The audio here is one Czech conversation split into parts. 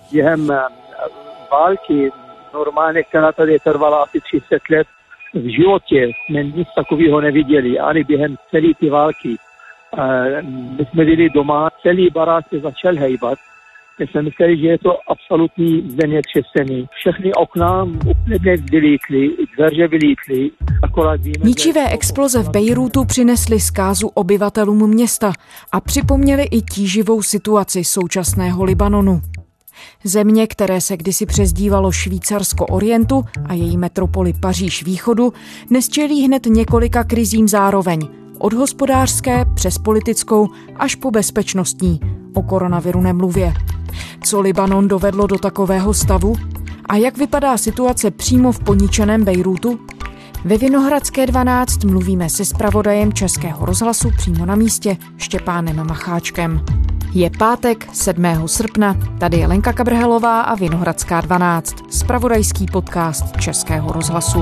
během války normálně, která tady trvala asi 30 let, v životě jsme nic takového neviděli, ani během celé ty války. My jsme byli doma, celý barák se začal hejbat. My jsme mysleli, že je to absolutní země křesení. Všechny okna úplně vylítly, dveře vylítly. Ničivé exploze v Bejrútu přinesly zkázu obyvatelům města a připomněly i tíživou situaci současného Libanonu. Země, které se kdysi přezdívalo Švýcarsko Orientu a její metropoli Paříž Východu, dnes čelí hned několika krizím zároveň. Od hospodářské přes politickou až po bezpečnostní. O koronaviru nemluvě. Co Libanon dovedlo do takového stavu? A jak vypadá situace přímo v poničeném Bejrútu? Ve Vinohradské 12 mluvíme se zpravodajem Českého rozhlasu přímo na místě Štěpánem Macháčkem. Je pátek 7. srpna, tady je Lenka Kabrhelová a Vinohradská 12, zpravodajský podcast Českého rozhlasu.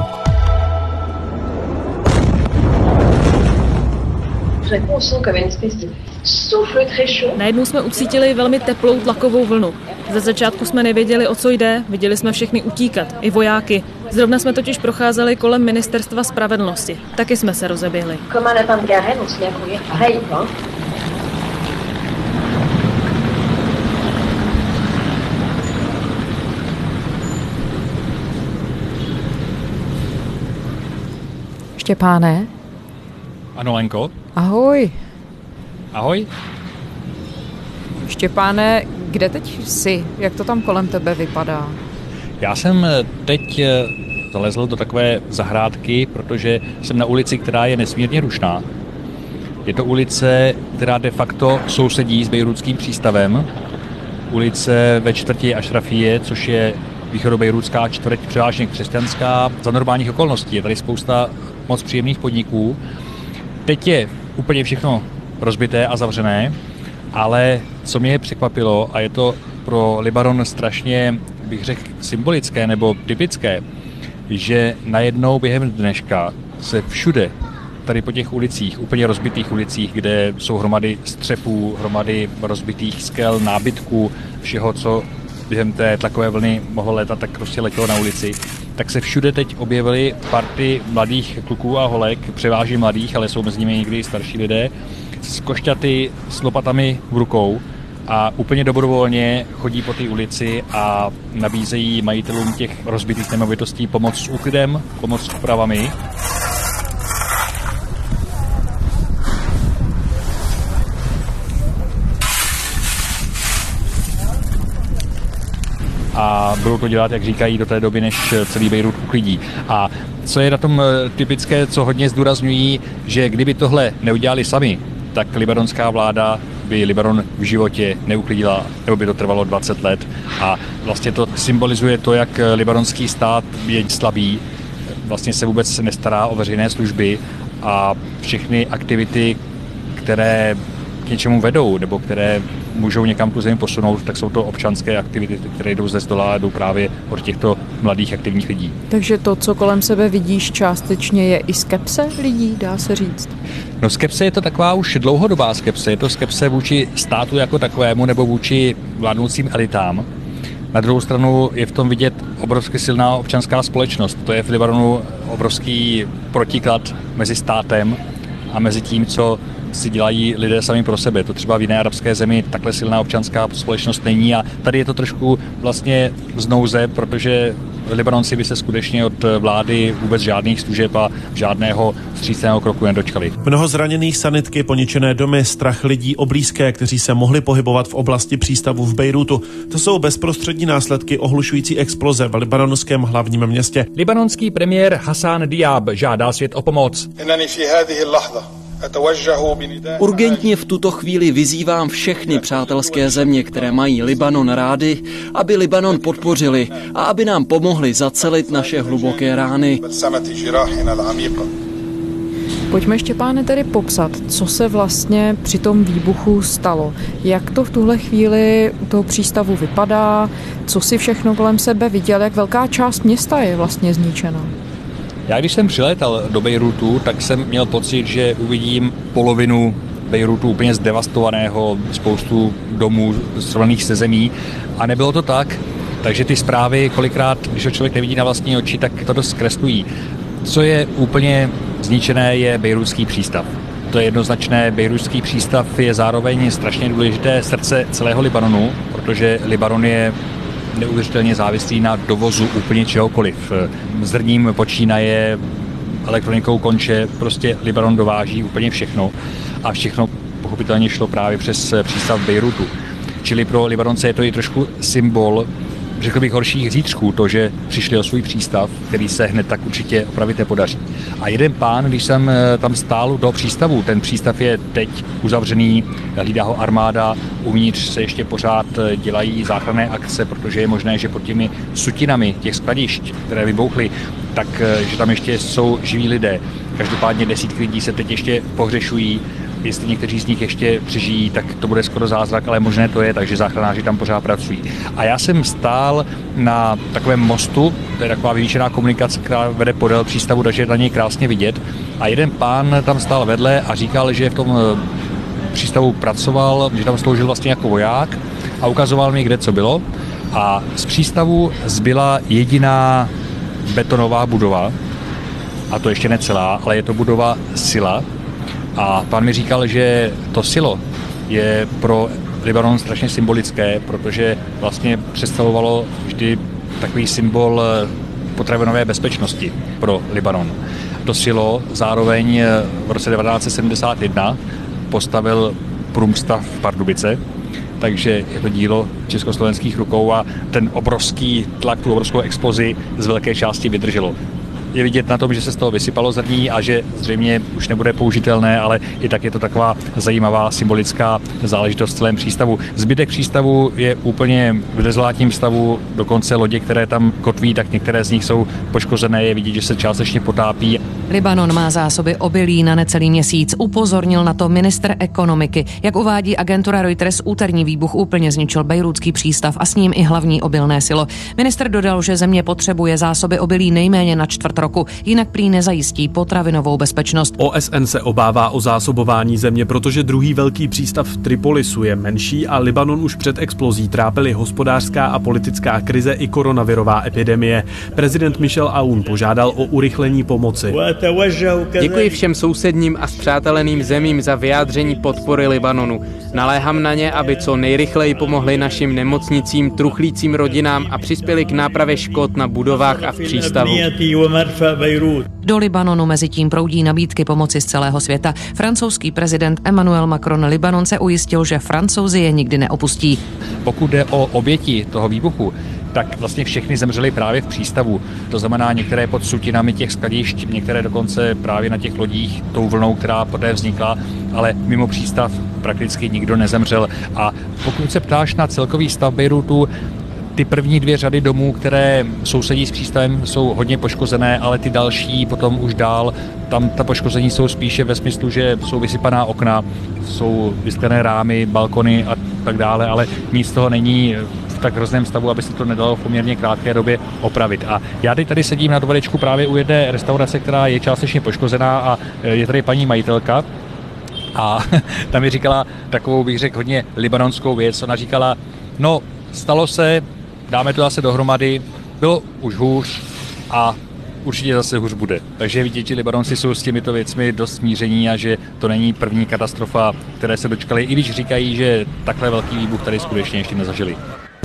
Najednou jsme ucítili velmi teplou tlakovou vlnu. Ze začátku jsme nevěděli, o co jde, viděli jsme všechny utíkat, i vojáky. Zrovna jsme totiž procházeli kolem Ministerstva spravedlnosti. Taky jsme se rozeběhli. Štěpáne? Ano, Lenko? Ahoj. Ahoj. Štěpáne, kde teď jsi? Jak to tam kolem tebe vypadá? Já jsem teď zalezl do takové zahrádky, protože jsem na ulici, která je nesmírně rušná. Je to ulice, která de facto sousedí s bejrútským přístavem. Ulice ve čtvrti Ašrafije, což je východobejrútská čtvrť, převážně křesťanská. Za normálních okolností je tady spousta moc příjemných podniků. Teď je úplně všechno rozbité a zavřené, ale co mě překvapilo, a je to pro Libanon strašně, bych řekl, symbolické nebo typické, že najednou během dneška se všude, tady po těch ulicích, úplně rozbitých ulicích, kde jsou hromady střepů, hromady rozbitých skel, nábytků, všeho, co během té tlakové vlny mohlo letat, tak prostě letělo na ulici, tak se všude teď objevily party mladých kluků a holek, převážně mladých, ale jsou mezi nimi někdy starší lidé, s košťaty, s lopatami v rukou a úplně dobrovolně chodí po té ulici a nabízejí majitelům těch rozbitých nemovitostí pomoc s úklidem, pomoc s opravami. A budou to dělat, jak říkají, do té doby, než celý Bejrút uklidí. A co je na tom typické, co hodně zdůrazňují, že kdyby tohle neudělali sami, tak libanonská vláda by Libanon v životě neuklidila, nebo by to trvalo 20 let. A vlastně to symbolizuje to, jak libanonský stát je slabý, vlastně se vůbec nestará o veřejné služby a všechny aktivity, které k něčemu vedou, nebo které můžou někam tu zemi posunout, tak jsou to občanské aktivity, které jdou ze zdola a jdou právě od těchto mladých aktivních lidí. Takže to, co kolem sebe vidíš, částečně je i skepse lidí, dá se říct? No skepse je to taková už dlouhodobá skepse. Je to skepse vůči státu jako takovému nebo vůči vládnoucím elitám. Na druhou stranu je v tom vidět obrovsky silná občanská společnost. To je v Libanonu obrovský protiklad mezi státem a mezi tím, co si dělají lidé sami pro sebe. To třeba v jiné arabské zemi takhle silná občanská společnost není a tady je to trošku vlastně z nouze, protože Libanonci by se skutečně od vlády vůbec žádných služeb a žádného vstřícného kroku nedočkali. Mnoho zraněných, sanitky, poničené domy, strach lidí o blízké, kteří se mohli pohybovat v oblasti přístavu v Bejrútu. To jsou bezprostřední následky ohlušující exploze v libanonském hlavním městě. Libanonský premiér Hassan Diab žádá svět o pomoc. Urgentně v tuto chvíli vyzývám všechny přátelské země, které mají Libanon rády, aby Libanon podpořili a aby nám pomohli zacelit naše hluboké rány. Pojďme, Štěpáne, tedy popsat, co se vlastně při tom výbuchu stalo. Jak to v tuhle chvíli u toho přístavu vypadá, co si všechno kolem sebe viděl, jak velká část města je vlastně zničena. Já když jsem přiletal do Bejrútu, tak jsem měl pocit, že uvidím polovinu Bejrútu úplně zdevastovaného, spoustu domů srovnaných se zemí a nebylo to tak. Takže ty zprávy, kolikrát, když ho člověk nevidí na vlastní oči, tak to dost zkreslují. Co je úplně zničené, je bejrútský přístav. To je jednoznačné, bejrútský přístav je zároveň strašně důležité srdce celého Libanonu, protože Libanon je neuvěřitelně závislý na dovozu úplně čehokoliv. Zrním počínaje, elektronikou konče, prostě Libanon dováží úplně všechno a všechno pochopitelně šlo právě přes přístav Bejrútu. Čili pro Libanonce je to i trošku symbol, řekl bych, horších zítřků, to, že přišli o svůj přístav, který se hned tak určitě opravit nepodaří. A jeden pán, když jsem tam stál do přístavu, ten přístav je teď uzavřený, hlídá ho armáda, uvnitř se ještě pořád dělají záchranné akce, protože je možné, že pod těmi sutinami těch skladišť, které vybouchly, tak že tam ještě jsou živí lidé. Každopádně desítky lidí se teď ještě pohřešují. Jestli někteří z nich ještě přežijí, tak to bude skoro zázrak, ale možné to je, takže záchranáři tam pořád pracují. A já jsem stál na takovém mostu, to je taková vyvýšená komunikace, která vede podél přístavu, takže je na něj krásně vidět. A jeden pán tam stál vedle a říkal, že v tom přístavu pracoval, že tam sloužil vlastně jako voják a ukazoval mi, kde co bylo. A z přístavu zbyla jediná betonová budova, a to ještě necelá, ale je to budova Sila. A pán mi říkal, že to Silo je pro Libanon strašně symbolické, protože vlastně představovalo vždy takový symbol potravinové bezpečnosti pro Libanon. To Silo zároveň v roce 1971 postavil Průmstav Pardubice, takže je to dílo československých rukou a ten obrovský tlak, tu obrovskou explozi z velké části vydrželo. Je vidět na tom, že se z toho vysypalo zrní a že zřejmě už nebude použitelné, ale i tak je to taková zajímavá symbolická záležitost v celém přístavu. Zbytek přístavu je úplně v dezolátním stavu, dokonce lodě, které tam kotví, tak některé z nich jsou poškozené, je vidět, že se částečně potápí. Libanon má zásoby obilí na necelý měsíc, upozornil na to ministr ekonomiky. Jak uvádí agentura Reuters, úterní výbuch úplně zničil bejrútský přístav a s ním i hlavní obilné silo. Ministr dodal, že země potřebuje zásoby obilí nejméně na čtvrt roku, jinak prý nezajistí potravinovou bezpečnost. OSN se obává o zásobování země, protože druhý velký přístav v Tripolisu je menší a Libanon už před explozí trápily hospodářská a politická krize i koronavirová epidemie. Prezident Michel Aoun požádal o urychlení pomoci. Děkuji všem sousedním a spřáteleným zemím za vyjádření podpory Libanonu. Naléhám na ně, aby co nejrychleji pomohli našim nemocnicím, truchlícím rodinám a přispěli k nápravě škod na budovách a v přístavu. Do Libanonu mezitím proudí nabídky pomoci z celého světa. Francouzský prezident Emmanuel Macron Libanonce ujistil, že Francouzi je nikdy neopustí. Pokud jde o oběti toho výbuchu, tak vlastně všechny zemřeli právě v přístavu. To znamená některé pod sutinami těch skladišť, některé dokonce právě na těch lodích tou vlnou, která poté vznikla, ale mimo přístav prakticky nikdo nezemřel. A pokud se ptáš na celkový stav Bejrútu, ty první dvě řady domů, které sousedí s přístavem, jsou hodně poškozené, ale ty další potom už dál, tam ta poškození jsou spíše ve smyslu, že jsou vysypaná okna, jsou vysklené rámy, balkony a tak dále, ale nic z toho není v tak hrozném stavu, aby se to nedalo v poměrně krátké době opravit. A já teď tady sedím na dvorečku právě u jedné restaurace, která je částečně poškozená a je tady paní majitelka. A tam mi říkala takovou, bych řekl, hodně libanonskou věc. Ona říkala, no, stalo se, dáme to zase dohromady, bylo už hůř a určitě zase hůř bude. Takže vidět, že Libanonci jsou s těmito věcmi dost smíření a že to není první katastrofa, které se dočkali, i když říkají, že takhle velký výbuch tady skutečně ještě nezažili.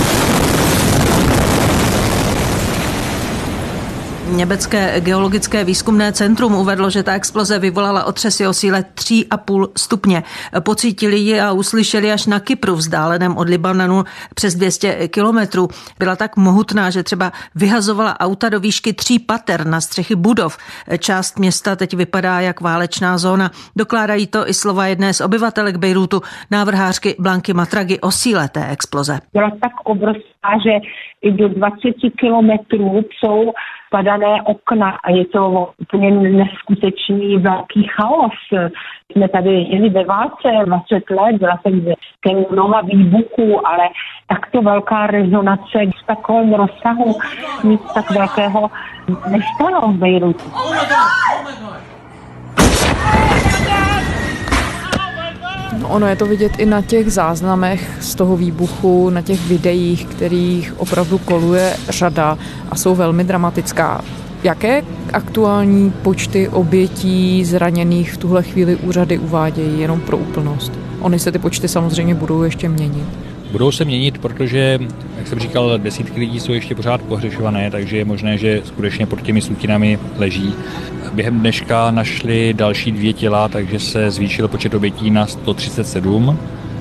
Německé geologické výzkumné centrum uvedlo, že ta exploze vyvolala otřesy o síle 3,5 stupně. Pocítili ji a uslyšeli až na Kypru, vzdáleném od Libanonu přes 200 kilometrů. Byla tak mohutná, že třeba vyhazovala auta do výšky 3 pater na střechy budov. Část města teď vypadá jak válečná zóna. Dokládají to i slova jedné z obyvatelek Bejrútu, návrhářky Blanky Matragi o síle té exploze. Byla tak obrovská, že i do 20 kilometrů jsou padané okna a je to úplně neskutečný velký chaos. Jsme tady jeli ve válce 20 let, byla jsem ke mnoha výbuchů, ale takto velká rezonace v takovém rozsahu nic tak velkého nestalo v Bejrútu. ono je to vidět i na těch záznamech z toho výbuchu, na těch videích, kterých opravdu koluje řada a jsou velmi dramatická. Jaké aktuální počty obětí zraněných v tuhle chvíli úřady uvádějí, jenom pro úplnost? Ony se ty počty samozřejmě budou ještě měnit. Budou se měnit, protože, jak jsem říkal, desítky lidí jsou ještě pořád pohřešované, takže je možné, že skutečně pod těmi sutinami leží. Během dneška našli další 2 těla, takže se zvýšil počet obětí na 137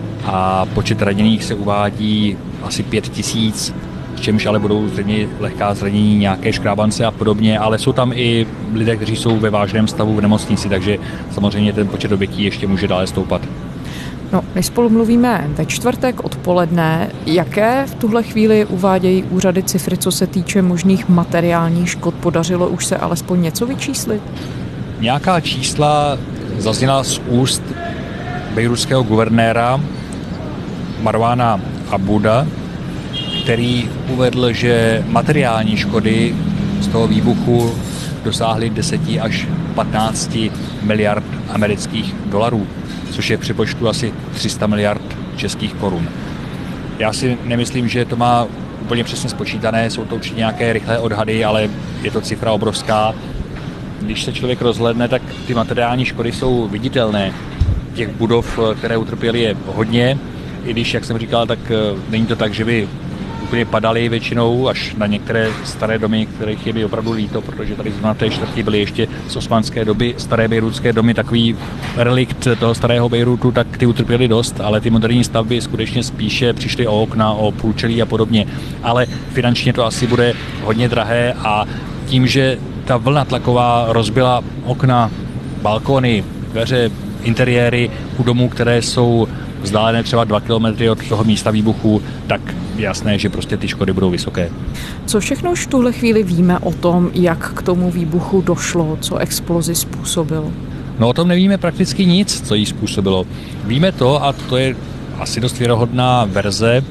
a počet raněných se uvádí asi 5000, s čemž ale budou zřejmě lehká zranění, nějaké škrábance a podobně, ale jsou tam i lidé, kteří jsou ve vážném stavu v nemocnici, takže samozřejmě ten počet obětí ještě může dále stoupat. No, my spolu mluvíme ve čtvrtek odpoledne. Jaké v tuhle chvíli uvádějí úřady cifry, co se týče možných materiálních škod? Podařilo už se alespoň něco vyčíslit? Nějaká čísla zazněla z úst bejrútského guvernéra Marwana Abouda, který uvedl, že materiální škody z toho výbuchu dosáhly 10 až 15 miliard amerických dolarů, což je při počtu asi 300 miliard českých korun. Já si nemyslím, že to má úplně přesně spočítané, jsou to určitě nějaké rychlé odhady, ale je to cifra obrovská. Když se člověk rozhlédne, tak ty materiální škody jsou viditelné. Těch budov, které utrpěly, je hodně, i když, jak jsem říkal, tak není to tak, že by úplně padaly většinou až na některé staré domy, kterých je by opravdu líto, protože tady na té čtvrti byly ještě z osmanské doby staré bejrútské domy, takový relikt toho starého Bejrútu, tak ty utrpěly dost, ale ty moderní stavby skutečně spíše přišly o okna, o průčelí a podobně. Ale finančně to asi bude hodně drahé a tím, že ta vlna tlaková rozbila okna, balkony, dveře, interiéry u domů, které jsou vzdálené třeba 2 kilometry od toho místa výbuchu, tak je jasné, že prostě ty škody budou vysoké. Co všechno už v tuhle chvíli víme o tom, jak k tomu výbuchu došlo, co explozi způsobilo? No o tom nevíme prakticky nic, co jí způsobilo. Víme to, a to je asi dost věrohodná verze,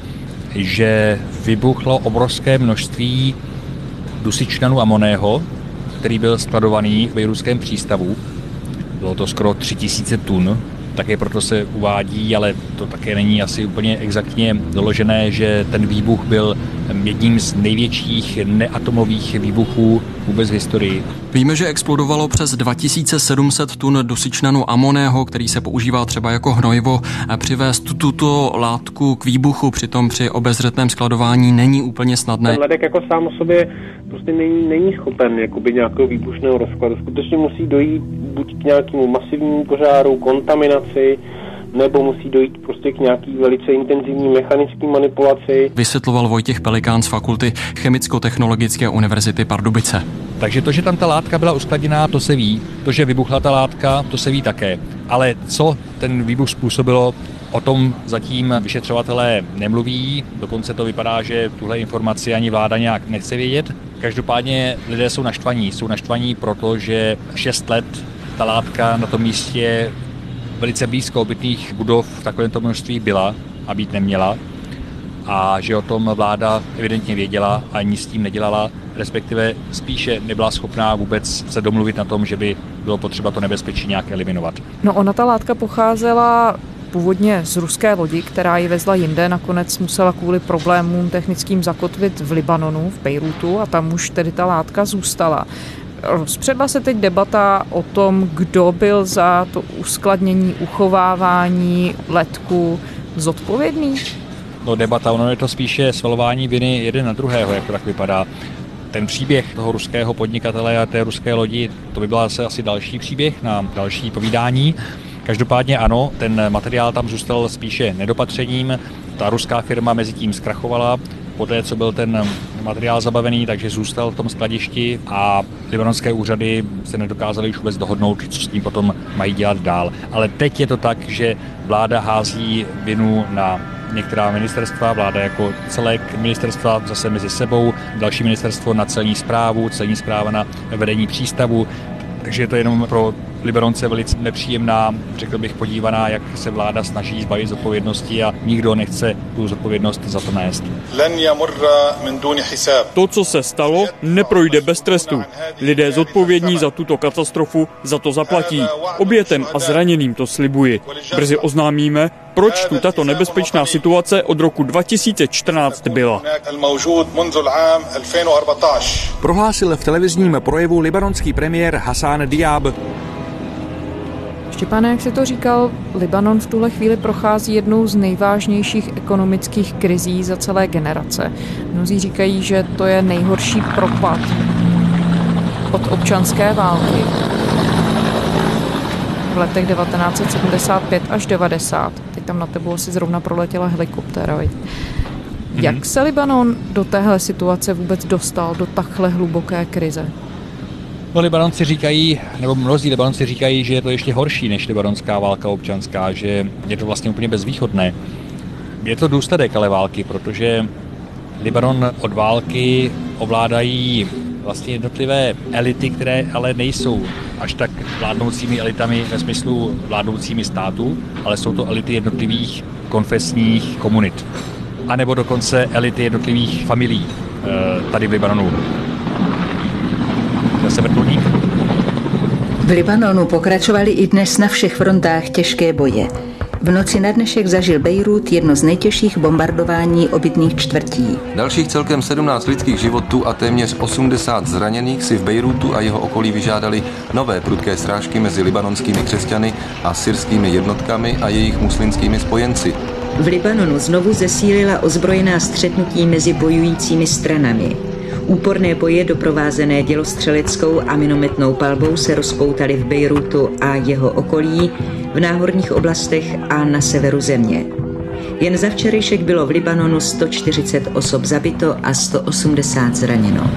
že vybuchlo obrovské množství dusičnanu amonného, který byl skladovaný v bejrútském přístavu. Bylo to skoro 3000 tun. Také proto se uvádí, ale to také není asi úplně exaktně doložené, že ten výbuch byl jedním z největších neatomových výbuchů vůbec v historii. Víme, že explodovalo přes 2700 tun dusičnanu amonného, který se používá třeba jako hnojivo. Přivést tuto látku k výbuchu, přitom při obezřetném skladování není úplně snadné. Ten ledek jako sám o sobě prostě není schopen jakoby nějakého výbušného rozkladu. Skutečně musí dojít buď k nějakému masivnímu požáru, kontaminaci, nebo musí dojít prostě k nějaký velice intenzivní mechanické manipulaci. Vysvětloval Vojtěch Pelikán z fakulty Chemicko-technologické univerzity Pardubice. Takže to, že tam ta látka byla uskladněná, to se ví. To, že vybuchla ta látka, to se ví také. Ale co ten výbuch způsobilo, o tom zatím vyšetřovatelé nemluví. Dokonce to vypadá, že tuhle informaci ani vláda nějak nechce vědět. Každopádně lidé jsou naštvaní. Jsou naštvaní, protože 6 let ta látka na tom místě velice blízko obytných budov v takovémto množství byla a být neměla. A že o tom vláda evidentně věděla a nic s tím nedělala, respektive spíše nebyla schopná vůbec se domluvit na tom, že by bylo potřeba to nebezpečí nějak eliminovat. No ona ta látka pocházela původně z ruské lodi, která ji vezla jinde, nakonec musela kvůli problémům technickým zakotvit v Libanonu, v Bejrútu a tam už tedy ta látka zůstala. Rozpředla se teď debata o tom, kdo byl za to uskladnění, uchovávání ledku zodpovědný? No debata, ono je to spíše svalování viny jeden na druhého, jak to tak vypadá. Ten příběh toho ruského podnikatele a té ruské lodi, to by byla asi další příběh na další povídání. Každopádně ano, ten materiál tam zůstal spíše nedopatřením. Ta ruská firma mezi tím zkrachovala, poté co byl ten materiál zabavený, takže zůstal v tom skladišti a libanonské úřady se nedokázaly už vůbec dohodnout, co s tím potom mají dělat dál. Ale teď je to tak, že vláda hází vinu na některá ministerstva, vláda jako celek, ministerstva zase mezi sebou, další ministerstvo na celní správu, celní správa na vedení přístavu. Takže je to jenom pro Libanonce velice nepříjemná, řekl bych podívaná, jak se vláda snaží zbavit zodpovědnosti a nikdo nechce tu zodpovědnost za to nést. To, co se stalo, neprojde bez trestu. Lidé zodpovědní za tuto katastrofu za to zaplatí. Obětem a zraněným to slibuji. Brzy oznámíme, proč tu tato nebezpečná situace od roku 2014 byla. Prohlásil v televizním projevu libanonský premiér Hassan Diab. Štěpáne, jak jsi to říkal, Libanon v tuhle chvíli prochází jednou z nejvážnějších ekonomických krizí za celé generace. Mnozí říkají, že to je nejhorší propad od občanské války v letech 1975 až 90. Teď tam na tebou asi zrovna proletěla helikoptéra. Jak se Libanon do téhle situace vůbec dostal, do takhle hluboké krize? No, Libanonci říkají, nebo mnozí Libanonci říkají, že je to ještě horší než libanonská válka občanská, že je to vlastně úplně bezvýchodné. Je to důsledek ale války, protože Libanon od války ovládají vlastně jednotlivé elity, které ale nejsou až tak vládnoucími elitami ve smyslu vládnoucími států, ale jsou to elity jednotlivých konfesních komunit. A nebo dokonce elity jednotlivých familií tady v Libanonu. V Libanonu pokračovaly i dnes na všech frontách těžké boje. V noci na dnešek zažil Bejrút jedno z nejtěžších bombardování obytných čtvrtí. Dalších celkem 17 lidských životů a téměř 80 zraněných si v Bejrútu a jeho okolí vyžádali nové prudké srážky mezi libanonskými křesťany a syrskými jednotkami a jejich muslimskými spojenci. V Libanonu znovu zesílila ozbrojená střetnutí mezi bojujícími stranami. Úporné boje doprovázené dělostřeleckou a minometnou palbou se rozpoutaly v Bejrútu a jeho okolí, v náhorních oblastech a na severu země. Jen za včerejšek bylo v Libanonu 140 osob zabito a 180 zraněno.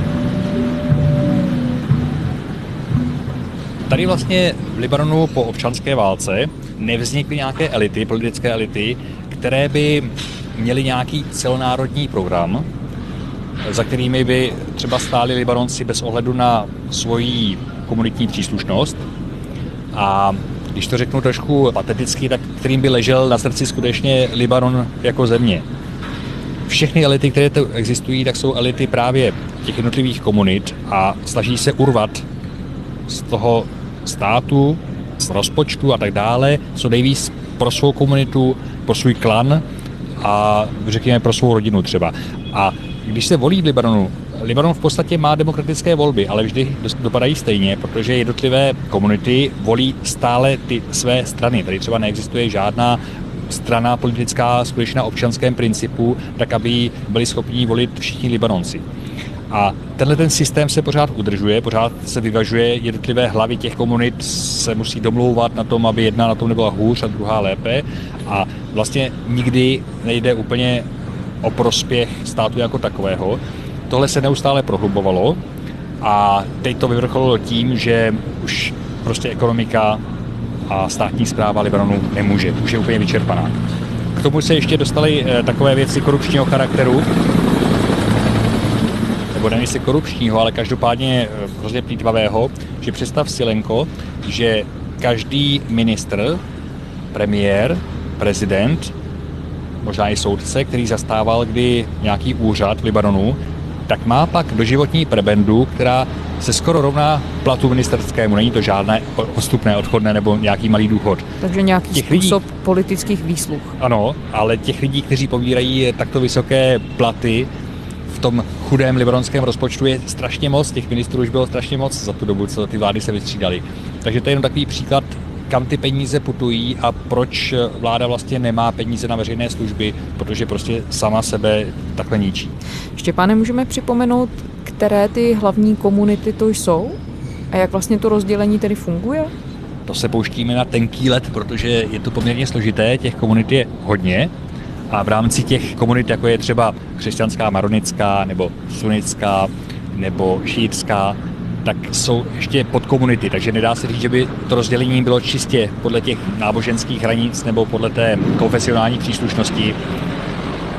Tady vlastně v Libanonu po občanské válce nevznikly nějaké elity, politické elity, které by měly nějaký celonárodní program, za kterými by třeba stáli Libanonci bez ohledu na svoji komunitní příslušnost. A když to řeknu trošku pateticky, tak kterým by ležel na srdci skutečně Libanon jako země. Všechny elity, které tu existují, tak jsou elity právě těch jednotlivých komunit a snaží se urvat z toho státu, z rozpočtu a tak dále, co nejvíc pro svou komunitu, pro svůj klan a řekněme pro svou rodinu třeba. A když se volí v Libanonu, Libanon v podstatě má demokratické volby, ale vždy dopadají stejně, protože jednotlivé komunity volí stále ty své strany. Tady třeba neexistuje žádná strana politická skutečně na občanském principu, tak aby byli schopni volit všichni Libanonci. A tenhle ten systém se pořád udržuje, pořád se vyvažuje, jednotlivé hlavy těch komunit se musí domlouvat na tom, aby jedna na tom nebyla hůř a druhá lépe. A vlastně nikdy nejde úplně o prospěch státu jako takového. Tohle se neustále prohlubovalo a teď to vyvrcholilo tím, že už prostě ekonomika a státní správa Libanonu nemůže, už je úplně vyčerpaná. K tomu se ještě dostaly takové věci korupčního charakteru, nebo nevím jestli korupčního, ale každopádně hrozně plýtvavého, že představ si, Lenko, že každý ministr, premiér, prezident, možná i soudce, který zastával kdy nějaký úřad v Libanonu, tak má pak doživotní prebendu, která se skoro rovná platu ministerskému. Není to žádné postupné, odchodné nebo nějaký malý důchod. Takže nějaký způsob politických výsluh. Ano, ale těch lidí, kteří pobírají takto vysoké platy v tom chudém libanonském rozpočtu je strašně moc. Těch ministrů už bylo strašně moc za tu dobu, co ty vlády se vystřídaly. Takže to je jenom takový příklad, kam ty peníze putují a proč vláda vlastně nemá peníze na veřejné služby, protože prostě sama sebe takhle ničí. Štěpáne, můžeme připomenout, které ty hlavní komunity to jsou a jak vlastně to rozdělení tedy funguje? To se pouštíme na tenký led, protože je to poměrně složité, těch komunit je hodně a v rámci těch komunit, jako je třeba křesťanská maronická nebo sunnická nebo šíitská, tak jsou ještě podkomunity, takže nedá se říct, že by to rozdělení bylo čistě podle těch náboženských hranic nebo podle té konfesionální příslušnosti.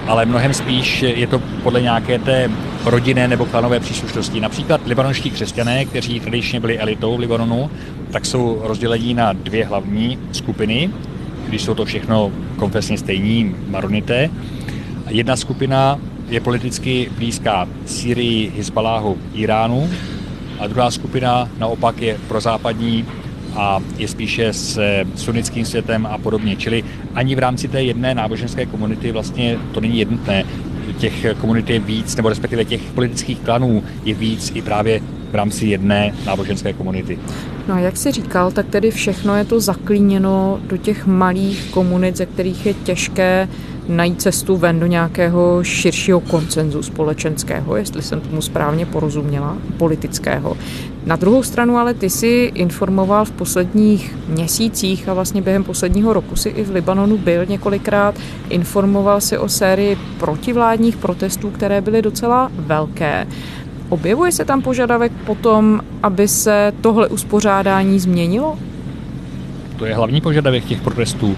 ale mnohem spíš je to podle nějaké té rodinné nebo klanové příslušnosti. Například libanonští křesťané, kteří tradičně byli elitou v Libanonu, tak jsou rozdělení na dvě hlavní skupiny, když jsou to všechno konfesně stejní maronité. Jedna skupina je politicky blízká Sýrii, Hizbaláhu, Iránu a druhá skupina naopak je prozápadní a je spíše s sunnickým světem a podobně. Čili ani v rámci té jedné náboženské komunity vlastně to není jednotné. Těch komunit je víc, nebo respektive těch politických klanů je víc i právě v rámci jedné náboženské komunity. No a jak jsi říkal, tak tedy všechno je to zaklíněno do těch malých komunit, ze kterých je těžké najít cestu ven do nějakého širšího konsenzu společenského, jestli jsem tomu správně porozuměla, politického. Na druhou stranu ale ty jsi informoval v posledních měsících a vlastně během posledního roku si i v Libanonu byl několikrát, informoval si o sérii protivládních protestů, které byly docela velké. Objevuje se tam požadavek potom, aby se tohle uspořádání změnilo? To je hlavní požadavek těch protestů.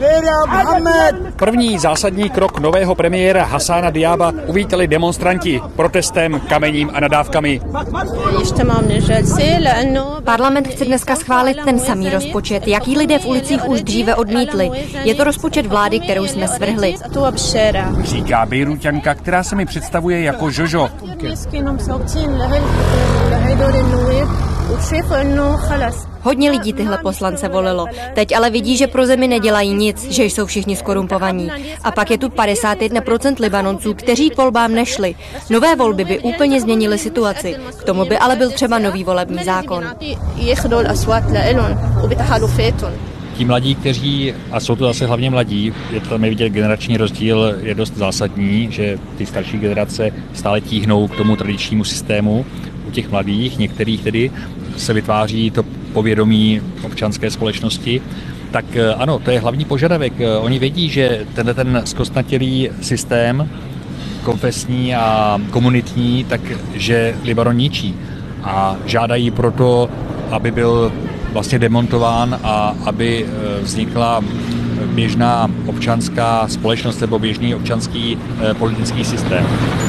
První zásadní krok nového premiéra Hasána Diába uvítali demonstranti protestem, kamením a nadávkami. Parlament chce dneska schválit ten samý rozpočet, jaký lidé v ulicích už dříve odmítli. Je to rozpočet vlády, kterou jsme svrhli. Říká Bejruťanka, která se mi představuje jako Jojo. Hodně lidí tyhle poslance volilo. Teď ale vidí, že pro zemi nedělají nic, že jsou všichni skorumpovaní. A pak je tu 51% Libanonců, kteří k volbám nešli. Nové volby by úplně změnily situaci. K tomu by ale byl třeba nový volební zákon. Ti mladí, kteří, a jsou to zase hlavně mladí, je tam vidět generační rozdíl, je dost zásadní, že ty starší generace stále tíhnou k tomu tradičnímu systému. U těch mladých, některých tedy, se vytváří to povědomí občanské společnosti. Tak ano, to je hlavní požadavek. Oni vědí, že ten zkostnatělý systém konfesní a komunitní, takže Libanon ničí. A žádají proto, aby byl vlastně demontován a aby vznikla běžná občanská společnost nebo běžný občanský politický systém.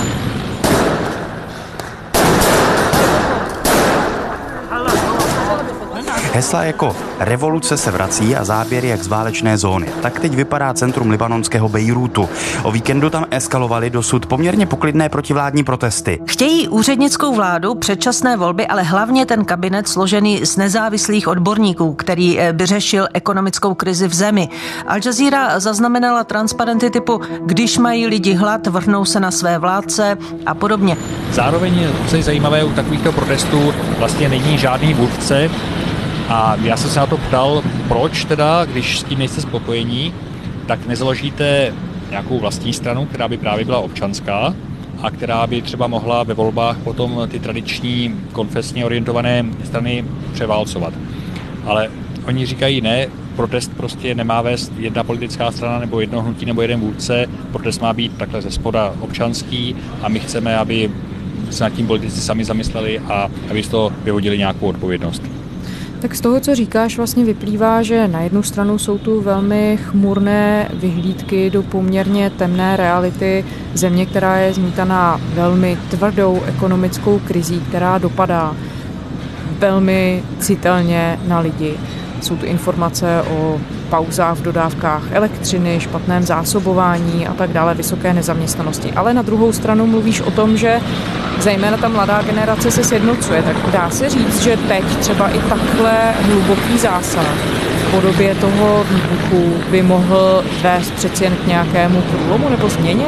Hesla jako revoluce se vrací a záběry jak z válečné zóny. Tak teď vypadá centrum libanonského Bejrútu. O víkendu tam eskalovaly dosud poměrně poklidné protivládní protesty. Chtějí úřednickou vládu, předčasné volby, ale hlavně ten kabinet složený z nezávislých odborníků, který by řešil ekonomickou krizi v zemi. Al Jazeera zaznamenala transparenty typu když mají lidi hlad, vrhnou se na své vládce a podobně. Zároveň, co je zajímavé u takovýchto protestů, vlastně není žádný vůdce. A já jsem se na to ptal, proč teda, když s tím nejste spokojení, tak nezaložíte nějakou vlastní stranu, která by právě byla občanská a která by třeba mohla ve volbách potom ty tradiční konfesně orientované strany převálcovat. Ale oni říkají ne, protest prostě nemá vést jedna politická strana nebo jedno hnutí nebo jeden vůdce, protest má být takhle ze spoda občanský a my chceme, aby se nad tím politici sami zamysleli a aby z toho vyvodili nějakou odpovědnost. Tak z toho, co říkáš, vlastně vyplývá, že na jednu stranu jsou tu velmi chmurné vyhlídky do poměrně temné reality země, která je zmítaná velmi tvrdou ekonomickou krizí, která dopadá velmi citelně na lidi. Jsou tu informace o pauzách v dodávkách elektřiny, špatném zásobování a tak dále, vysoké nezaměstnanosti. Ale na druhou stranu mluvíš o tom, že zejména ta mladá generace se sjednocuje. Tak dá se říct, že teď třeba i takhle hluboký zásah v podobě toho výbuchu by mohl vést přeci jen k nějakému průlomu nebo změně?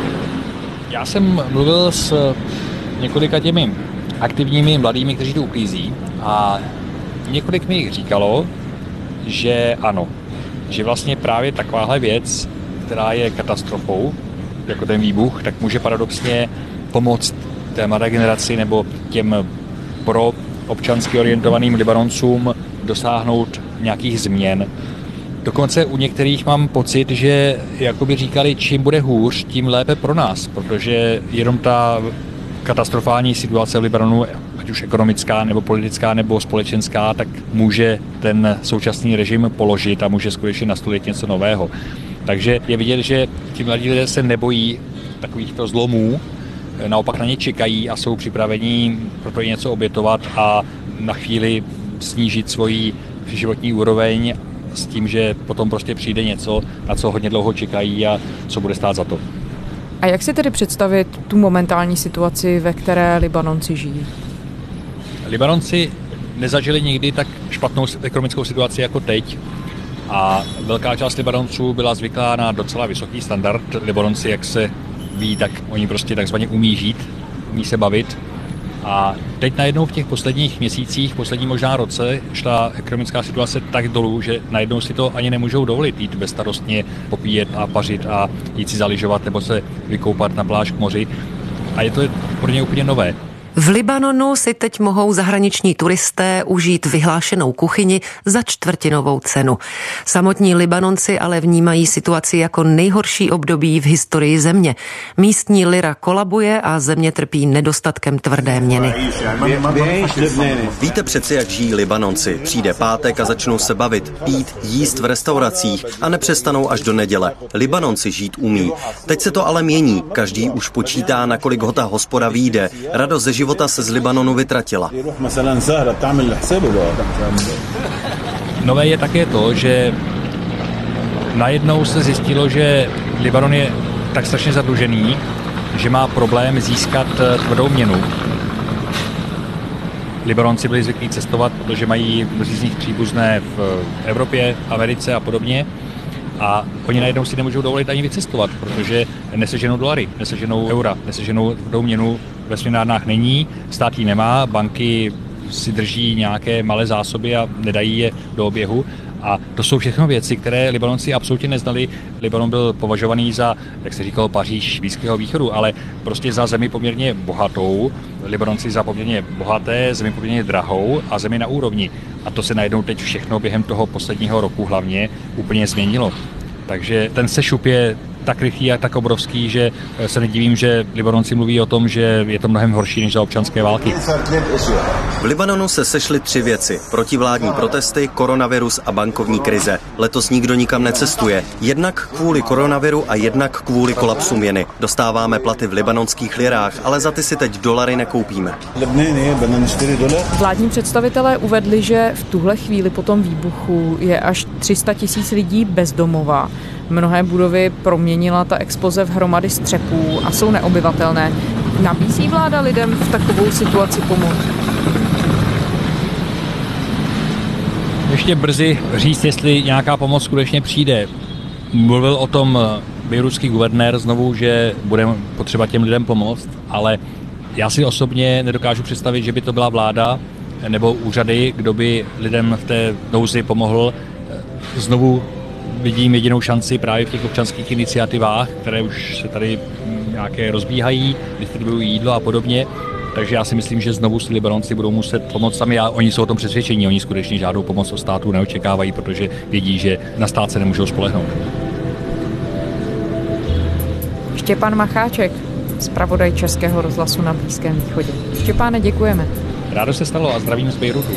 Já jsem mluvil s několika těmi aktivními mladými, kteří tu uklízí a několik mi jich říkalo, že ano, že vlastně právě takováhle věc, která je katastrofou, jako ten výbuch, tak může paradoxně pomoct té mladé generaci nebo těm pro občansky orientovaným Libanoncům dosáhnout nějakých změn. Dokonce u některých mám pocit, že jakoby říkali, čím bude hůř, tím lépe pro nás, protože jenom ta katastrofální situace v Libanonu, ať už ekonomická, nebo politická, nebo společenská, tak může ten současný režim položit a může skutečně nastolit něco nového. Takže je vidět, že ti mladí lidé se nebojí takovýchto zlomů, naopak na ně čekají a jsou připraveni pro něco obětovat a na chvíli snížit svoji životní úroveň s tím, že potom prostě přijde něco, na co hodně dlouho čekají a co bude stát za to. A jak si tedy představit tu momentální situaci, ve které Libanonci žijí? Libanonci nezažili nikdy tak špatnou ekonomickou situaci jako teď a velká část Libanonců byla zvyklá na docela vysoký standard. Libanonci, jak se ví, tak oni prostě takzvaně umí žít, umí se bavit. A teď najednou v těch posledních měsících, poslední možná roce, šla ekonomická situace tak dolů, že najednou si to ani nemůžou dovolit jít bezstarostně popíjet a pařit a jít si zaližovat nebo se vykoupat na pláž k moři. A je to pro ně úplně nové. V Libanonu si teď mohou zahraniční turisté užít vyhlášenou kuchyni za čtvrtinovou cenu. Samotní Libanonci ale vnímají situaci jako nejhorší období v historii země. Místní lira kolabuje a země trpí nedostatkem tvrdé měny. Víte přeci, jak žijí Libanonci. Přijde pátek a začnou se bavit, pít, jíst v restauracích a nepřestanou až do neděle. Libanonci žít umí. Teď se to ale mění. Každý už počítá, nakolik ho ta hospoda vyjde. Radost ze života se z Libanonu vytratila. Nové je také to, že najednou se zjistilo, že Libanon je tak strašně zadlužený, že má problém získat tvrdou měnu. Libanonci byli zvyklí cestovat, protože mají mnozí z nich příbuzné v Evropě, Americe a podobně. A oni najednou si nemůžou dovolit ani vycestovat, protože neseženou dolary, neseženou eura, neseženou tvrdou měnu, ve směnárnách není, stát ji nemá, banky si drží nějaké malé zásoby a nedají je do oběhu. A to jsou všechno věci, které Libanonci absolutně neznali. Libanon byl považovaný za, jak se říkalo, Paříž Blízkého východu, ale prostě za zemi poměrně bohatou, Libanonci za poměrně bohaté, zemi poměrně drahou a zemi na úrovni. A to se najednou teď všechno během toho posledního roku hlavně úplně změnilo. Takže ten sešup je tak rychlý a tak obrovský, že se nedivím, že Libanonci mluví o tom, že je to mnohem horší než za občanské války. V Libanonu se sešly 3 věci. Protivládní protesty, koronavirus a bankovní krize. Letos nikdo nikam necestuje. Jednak kvůli koronaviru a jednak kvůli kolapsu měny. Dostáváme platy v libanonských lirách, ale za ty si teď dolary nekoupíme. Vládní představitelé uvedli, že v tuhle chvíli po tom výbuchu je až 300 000 lidí bez domova. Mnohé budovy proměnila ta exploze v hromady střepů a jsou neobyvatelné. Nabízí vláda lidem v takovou situaci pomoc? Ještě brzy říct, jestli nějaká pomoc skutečně přijde. Mluvil o tom bejrútský guvernér znovu, že bude potřeba těm lidem pomoct, ale já si osobně nedokážu představit, že by to byla vláda nebo úřady, kdo by lidem v té nouzi pomohl. Znovu vidím jedinou šanci právě v těch občanských iniciativách, které už se tady nějaké rozbíhají, distribuují jídlo a podobně. Takže já si myslím, že znovu si Libanonci budou muset pomoct sami a oni jsou o tom přesvědčení. Oni skutečně žádnou pomoc od státu neočekávají, protože vědí, že na stát se nemůžou spolehnout. Štěpán Macháček, zpravodaj Českého rozhlasu na Blízkém východě. Štěpáne, děkujeme. Rádo se stalo a zdravím z Bejrútu.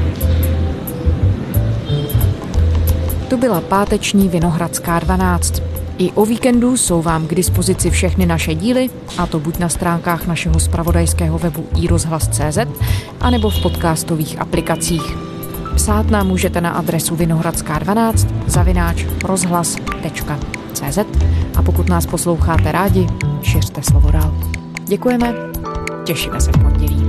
To byla páteční Vinohradská 12. I o víkendu jsou vám k dispozici všechny naše díly, a to buď na stránkách našeho zpravodajského webu iRozhlas.cz, anebo v podcastových aplikacích. Psát nám můžete na adresu vinohradská12@rozhlas.cz a pokud nás posloucháte rádi, šiřte slovo dál. Děkujeme, těšíme se v pondělí.